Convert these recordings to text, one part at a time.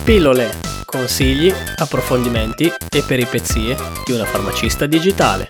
Pillole, consigli, approfondimenti e peripezie di una farmacista digitale.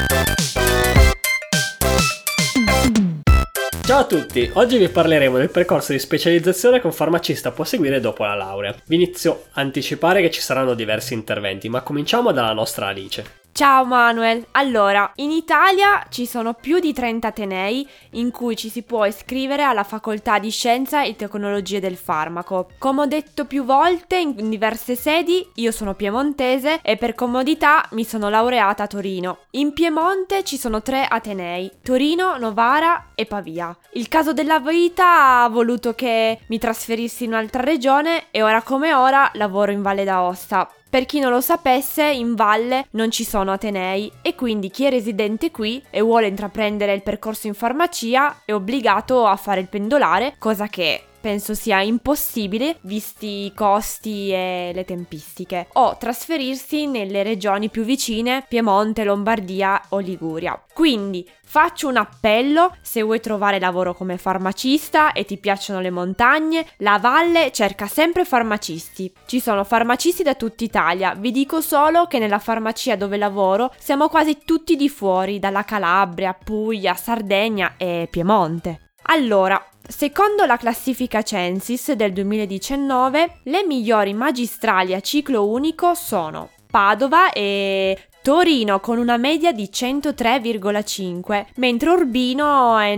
Ciao a tutti, oggi vi parleremo del percorso di specializzazione che un farmacista può seguire dopo la laurea. Vi inizio a anticipare che ci saranno diversi interventi, ma cominciamo dalla nostra Alice. Ciao Manuel, allora, in Italia ci sono più di 30 atenei in cui ci si può iscrivere alla facoltà di Scienza e Tecnologie del Farmaco. Come ho detto più volte in diverse sedi, io sono piemontese e per comodità mi sono laureata a Torino. In Piemonte ci sono 3 atenei, Torino, Novara e Pavia. Il caso della vita ha voluto che mi trasferissi in un'altra regione e ora come ora lavoro in Valle d'Aosta. Per chi non lo sapesse, in valle non ci sono atenei e quindi chi è residente qui e vuole intraprendere il percorso in farmacia è obbligato a fare il pendolare, cosa che penso sia impossibile visti i costi e le tempistiche, o trasferirsi nelle regioni più vicine, Piemonte, Lombardia o Liguria. Quindi faccio un appello: se vuoi trovare lavoro come farmacista e ti piacciono le montagne, la valle cerca sempre farmacisti. Ci sono farmacisti da tutta Italia, vi dico solo che nella farmacia dove lavoro siamo quasi tutti di fuori, dalla Calabria, Puglia, Sardegna e Piemonte. Allora, secondo la classifica Censis del 2019, le migliori magistrali a ciclo unico sono Padova e Torino con una media di 103,5, mentre Urbino è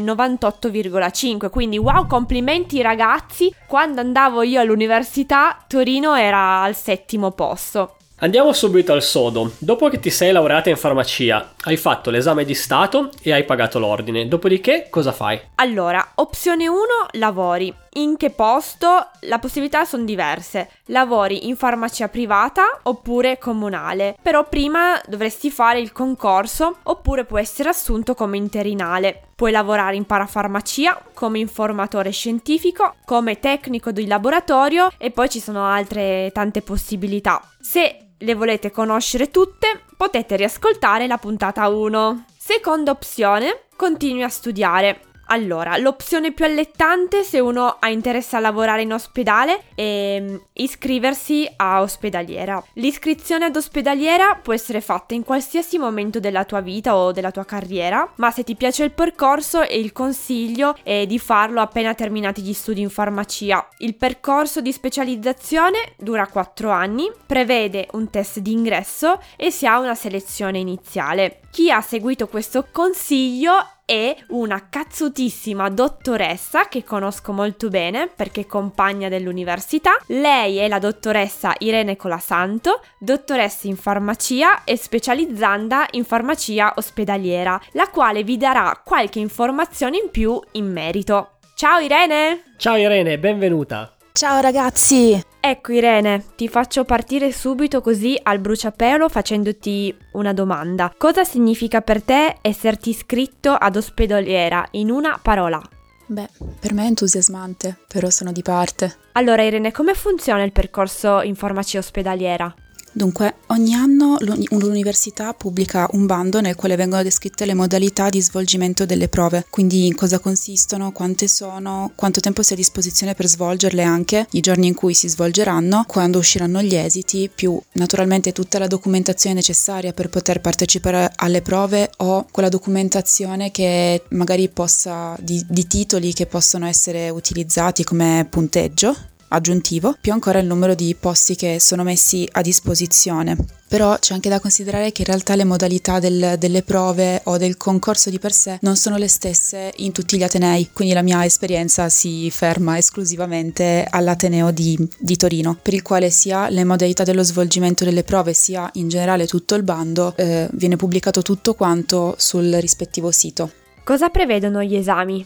98,5, quindi wow, complimenti ragazzi! Quando andavo io all'università, Torino era al 7° posto. Andiamo subito al sodo. Dopo che ti sei laureata in farmacia, hai fatto l'esame di Stato e hai pagato l'ordine. Dopodiché cosa fai? Allora, opzione 1, lavori. In che posto? La possibilità sono diverse. Lavori in farmacia privata oppure comunale. Però prima dovresti fare il concorso oppure puoi essere assunto come interinale. Puoi lavorare in parafarmacia, come informatore scientifico, come tecnico di laboratorio e poi ci sono altre tante possibilità. Se le volete conoscere tutte, potete riascoltare la puntata 1. Seconda opzione, continui a studiare. Allora, l'opzione più allettante se uno ha interesse a lavorare in ospedale è iscriversi a ospedaliera. L'iscrizione ad ospedaliera può essere fatta in qualsiasi momento della tua vita o della tua carriera, ma se ti piace il percorso il consiglio è di farlo appena terminati gli studi in farmacia. Il percorso di specializzazione dura 4 anni, prevede un test di ingresso e si ha una selezione iniziale. Chi ha seguito questo consiglio è una cazzutissima dottoressa che conosco molto bene perché è compagna dell'università. Lei è la dottoressa Irene Colasanto, dottoressa in farmacia e specializzanda in farmacia ospedaliera, la quale vi darà qualche informazione in più in merito. Ciao Irene! Ciao Irene, benvenuta! Ciao ragazzi! Ecco Irene, ti faccio partire subito così al bruciapelo facendoti una domanda. Cosa significa per te esserti iscritto ad ospedaliera in una parola? Beh, per me è entusiasmante, però sono di parte. Allora Irene, come funziona il percorso in farmacia ospedaliera? Dunque, ogni anno l'università pubblica un bando nel quale vengono descritte le modalità di svolgimento delle prove, quindi in cosa consistono, quante sono, quanto tempo si ha a disposizione per svolgerle, anche i giorni in cui si svolgeranno, quando usciranno gli esiti, più naturalmente tutta la documentazione necessaria per poter partecipare alle prove o quella documentazione che magari possa di titoli che possono essere utilizzati come punteggio aggiuntivo, più ancora il numero di posti che sono messi a disposizione. Però c'è anche da considerare che in realtà le modalità delle prove o del concorso di per sé non sono le stesse in tutti gli atenei, quindi la mia esperienza si ferma esclusivamente all'Ateneo di Torino, per il quale sia le modalità dello svolgimento delle prove sia in generale tutto il bando viene pubblicato tutto quanto sul rispettivo sito. Cosa prevedono gli esami?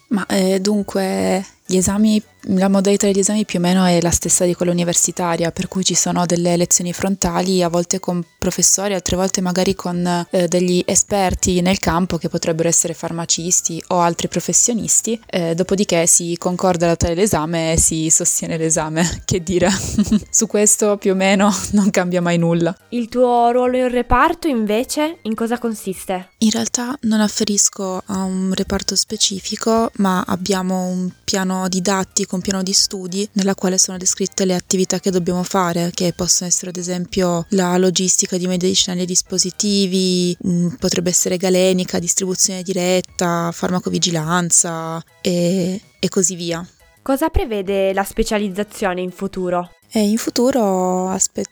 Dunque gli esami, la modalità degli esami più o meno è la stessa di quella universitaria, per cui ci sono delle lezioni frontali, a volte con professori, altre volte magari con degli esperti nel campo che potrebbero essere farmacisti o altri professionisti, dopodiché si concorda la data dell'esame e si sostiene l'esame. Che dire, su questo più o meno non cambia mai nulla. Il tuo ruolo in reparto invece in cosa consiste? In realtà non afferisco a un reparto specifico, ma abbiamo un piano piano didattico, un piano di studi nella quale sono descritte le attività che dobbiamo fare, che possono essere ad esempio la logistica di medicinali e dispositivi, potrebbe essere galenica, distribuzione diretta, farmacovigilanza e così via. Cosa prevede la specializzazione in futuro? In futuro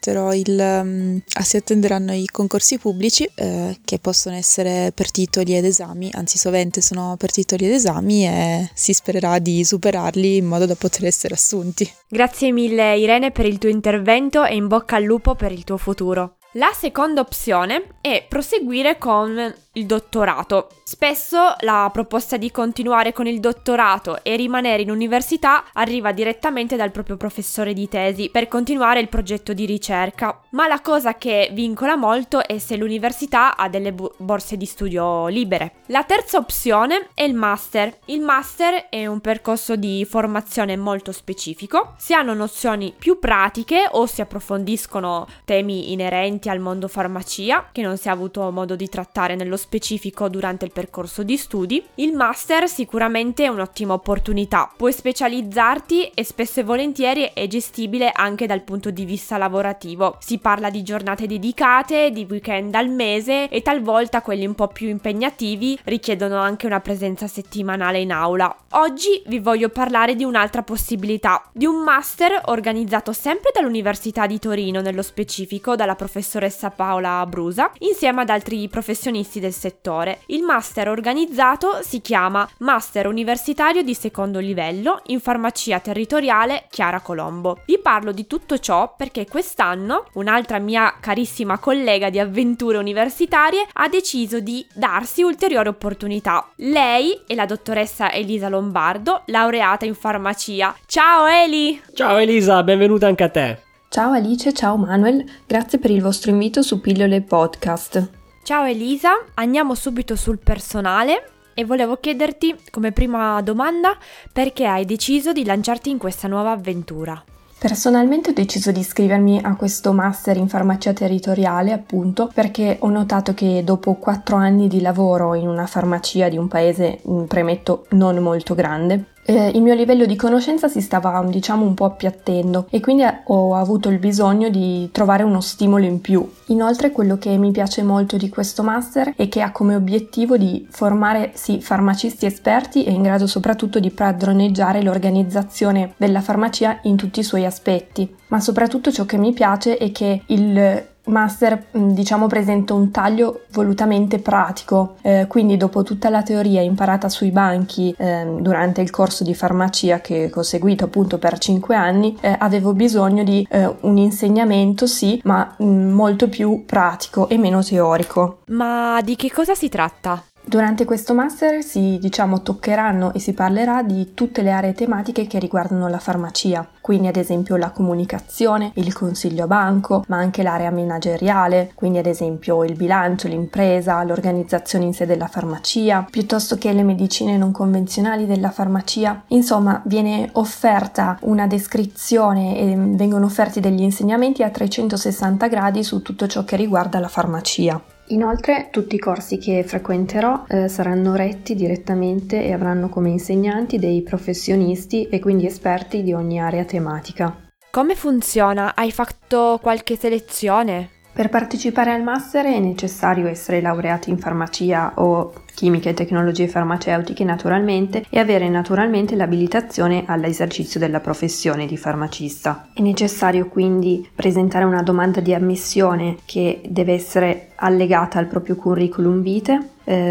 si attenderanno i concorsi pubblici che possono essere per titoli ed esami, anzi sovente sono per titoli ed esami, e si spererà di superarli in modo da poter essere assunti. Grazie mille Irene per il tuo intervento e in bocca al lupo per il tuo futuro. La seconda opzione è proseguire con il dottorato. Spesso la proposta di continuare con il dottorato e rimanere in università arriva direttamente dal proprio professore di tesi per continuare il progetto di ricerca, ma la cosa che vincola molto è se l'università ha delle borse di studio libere. La terza opzione è il master. Il master è un percorso di formazione molto specifico, si hanno nozioni più pratiche o si approfondiscono temi inerenti al mondo farmacia che non si è avuto modo di trattare nello specifico durante il percorso di studi. Il master sicuramente è un'ottima opportunità, puoi specializzarti e spesso e volentieri è gestibile anche dal punto di vista lavorativo. Si parla di giornate dedicate, di weekend al mese e talvolta quelli un po' più impegnativi richiedono anche una presenza settimanale in aula. Oggi vi voglio parlare di un'altra possibilità, di un master organizzato sempre dall'Università di Torino, nello specifico dalla professoressa Paola Brusa, insieme ad altri professionisti del settore. Il master organizzato si chiama Master Universitario di Secondo Livello in Farmacia Territoriale Chiara Colombo. Vi parlo di tutto ciò perché quest'anno un'altra mia carissima collega di avventure universitarie ha deciso di darsi ulteriori opportunità. Lei è la dottoressa Elisa Lombardo, laureata in farmacia. Ciao Eli! Ciao Elisa, benvenuta anche a te. Ciao Alice, ciao Manuel, grazie per il vostro invito su Pillole Podcast. Ciao Elisa, andiamo subito sul personale e volevo chiederti come prima domanda perché hai deciso di lanciarti in questa nuova avventura. Personalmente ho deciso di iscrivermi a questo master in farmacia territoriale appunto perché ho notato che dopo 4 anni di lavoro in una farmacia di un paese, premetto, non molto grande, il mio livello di conoscenza si stava un po' appiattendo e quindi ho avuto il bisogno di trovare uno stimolo in più. Inoltre quello che mi piace molto di questo master è che ha come obiettivo di formare farmacisti esperti e in grado soprattutto di padroneggiare l'organizzazione della farmacia in tutti i suoi aspetti, ma soprattutto ciò che mi piace è che il master presenta un taglio volutamente pratico, quindi dopo tutta la teoria imparata sui banchi durante il corso di farmacia che ho seguito appunto per 5 anni, avevo bisogno di un insegnamento ma molto più pratico e meno teorico. Ma di che cosa si tratta? Durante questo master si toccheranno e si parlerà di tutte le aree tematiche che riguardano la farmacia, quindi ad esempio la comunicazione, il consiglio a banco, ma anche l'area manageriale, quindi ad esempio il bilancio, l'impresa, l'organizzazione in sé della farmacia, piuttosto che le medicine non convenzionali della farmacia. Insomma, viene offerta una descrizione e vengono offerti degli insegnamenti a 360 gradi su tutto ciò che riguarda la farmacia. Inoltre tutti i corsi che frequenterò saranno retti direttamente e avranno come insegnanti dei professionisti e quindi esperti di ogni area tematica. Come funziona? Hai fatto qualche selezione? Per partecipare al master è necessario essere laureati in farmacia o chimica e tecnologie farmaceutiche naturalmente e avere naturalmente l'abilitazione all'esercizio della professione di farmacista. È necessario quindi presentare una domanda di ammissione che deve essere allegata al proprio curriculum vitae.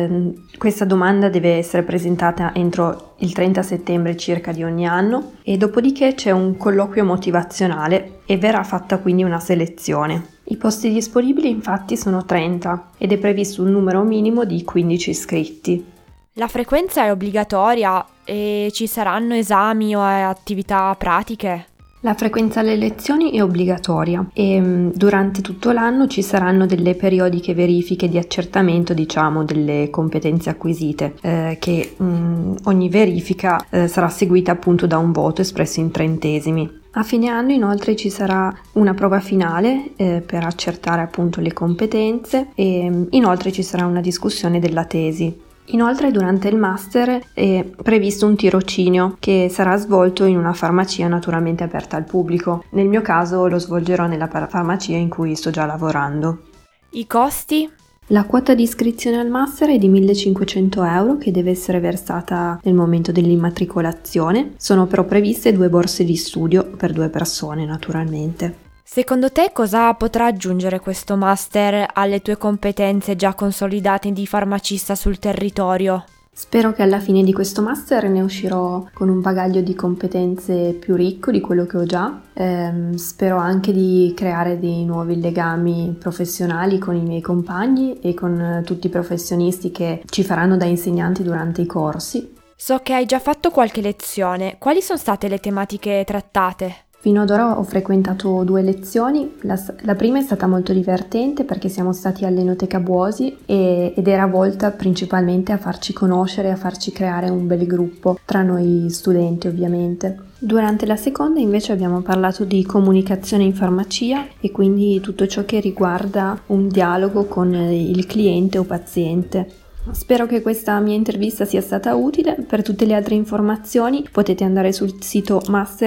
Questa domanda deve essere presentata entro il 30 settembre circa di ogni anno e dopodiché c'è un colloquio motivazionale e verrà fatta quindi una selezione. I posti disponibili infatti sono 30 ed è previsto un numero minimo di 15 iscritti. La frequenza è obbligatoria e ci saranno esami o attività pratiche? La frequenza alle lezioni è obbligatoria e durante tutto l'anno ci saranno delle periodiche verifiche di accertamento, delle competenze acquisite, che ogni verifica sarà seguita appunto da un voto espresso in trentesimi. A fine anno inoltre ci sarà una prova finale per accertare appunto le competenze e inoltre ci sarà una discussione della tesi. Inoltre durante il master è previsto un tirocinio che sarà svolto in una farmacia naturalmente aperta al pubblico. Nel mio caso lo svolgerò nella farmacia in cui sto già lavorando. I costi? La quota di iscrizione al master è di 1.500 euro che deve essere versata nel momento dell'immatricolazione. Sono però previste 2 borse di studio per 2 persone naturalmente. Secondo te cosa potrà aggiungere questo master alle tue competenze già consolidate di farmacista sul territorio? Spero che alla fine di questo master ne uscirò con un bagaglio di competenze più ricco di quello che ho già. Spero anche di creare dei nuovi legami professionali con i miei compagni e con tutti i professionisti che ci faranno da insegnanti durante i corsi. So che hai già fatto qualche lezione. Quali sono state le tematiche trattate? Fino ad ora ho frequentato 2 lezioni, la prima è stata molto divertente perché siamo stati all'Enoteca Buosi ed era volta principalmente a farci conoscere, a farci creare un bel gruppo, tra noi studenti ovviamente. Durante la seconda invece abbiamo parlato di comunicazione in farmacia e quindi tutto ciò che riguarda un dialogo con il cliente o paziente. Spero che questa mia intervista sia stata utile. Per tutte le altre informazioni potete andare sul sito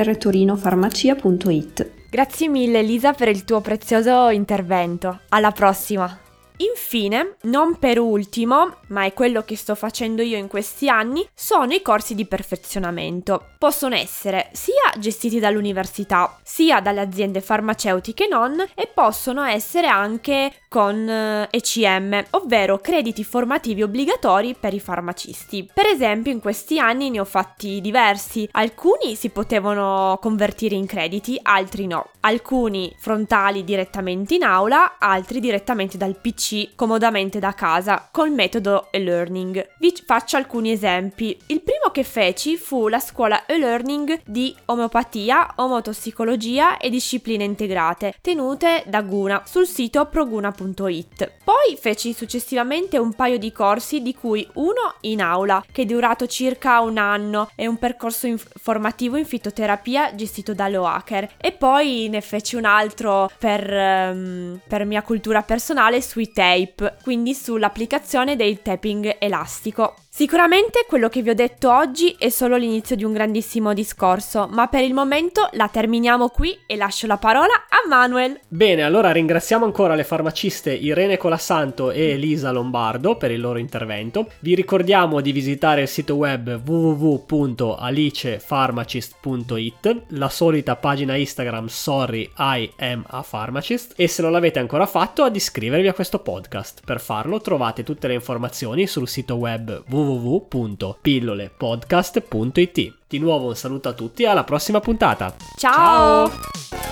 mastertorinofarmacia.it. Grazie mille Elisa per il tuo prezioso intervento. Alla prossima! Infine, non per ultimo, ma è quello che sto facendo io in questi anni, sono i corsi di perfezionamento. Possono essere sia gestiti dall'università, sia dalle aziende farmaceutiche non, e possono essere anche con ECM, ovvero crediti formativi obbligatori per i farmacisti. Per esempio, in questi anni ne ho fatti diversi. Alcuni si potevano convertire in crediti, altri no. Alcuni frontali direttamente in aula, altri direttamente dal PC comodamente da casa col metodo e-learning. Vi faccio alcuni esempi. Il primo che feci fu la scuola e-learning di omeopatia, omotossicologia e discipline integrate tenute da Guna sul sito proguna.it. Poi feci successivamente un paio di corsi, di cui uno in aula che è durato circa un anno, è un percorso formativo in fitoterapia gestito da Loaker, e poi ne feci un altro per mia cultura personale sui tape, quindi sull'applicazione del tapping elastico. Sicuramente quello che vi ho detto oggi è solo l'inizio di un grandissimo discorso, ma per il momento la terminiamo qui e lascio la parola a Manuel. Bene, allora ringraziamo ancora le farmaciste Irene Colasanto e Elisa Lombardo per il loro intervento. Vi ricordiamo di visitare il sito web www.alicepharmacist.it, la solita pagina Instagram Sorry I am a pharmacist, e se non l'avete ancora fatto ad iscrivervi a questo podcast. Per farlo trovate tutte le informazioni sul sito web www.pillolepodcast.it. Di nuovo un saluto a tutti e alla prossima puntata. Ciao!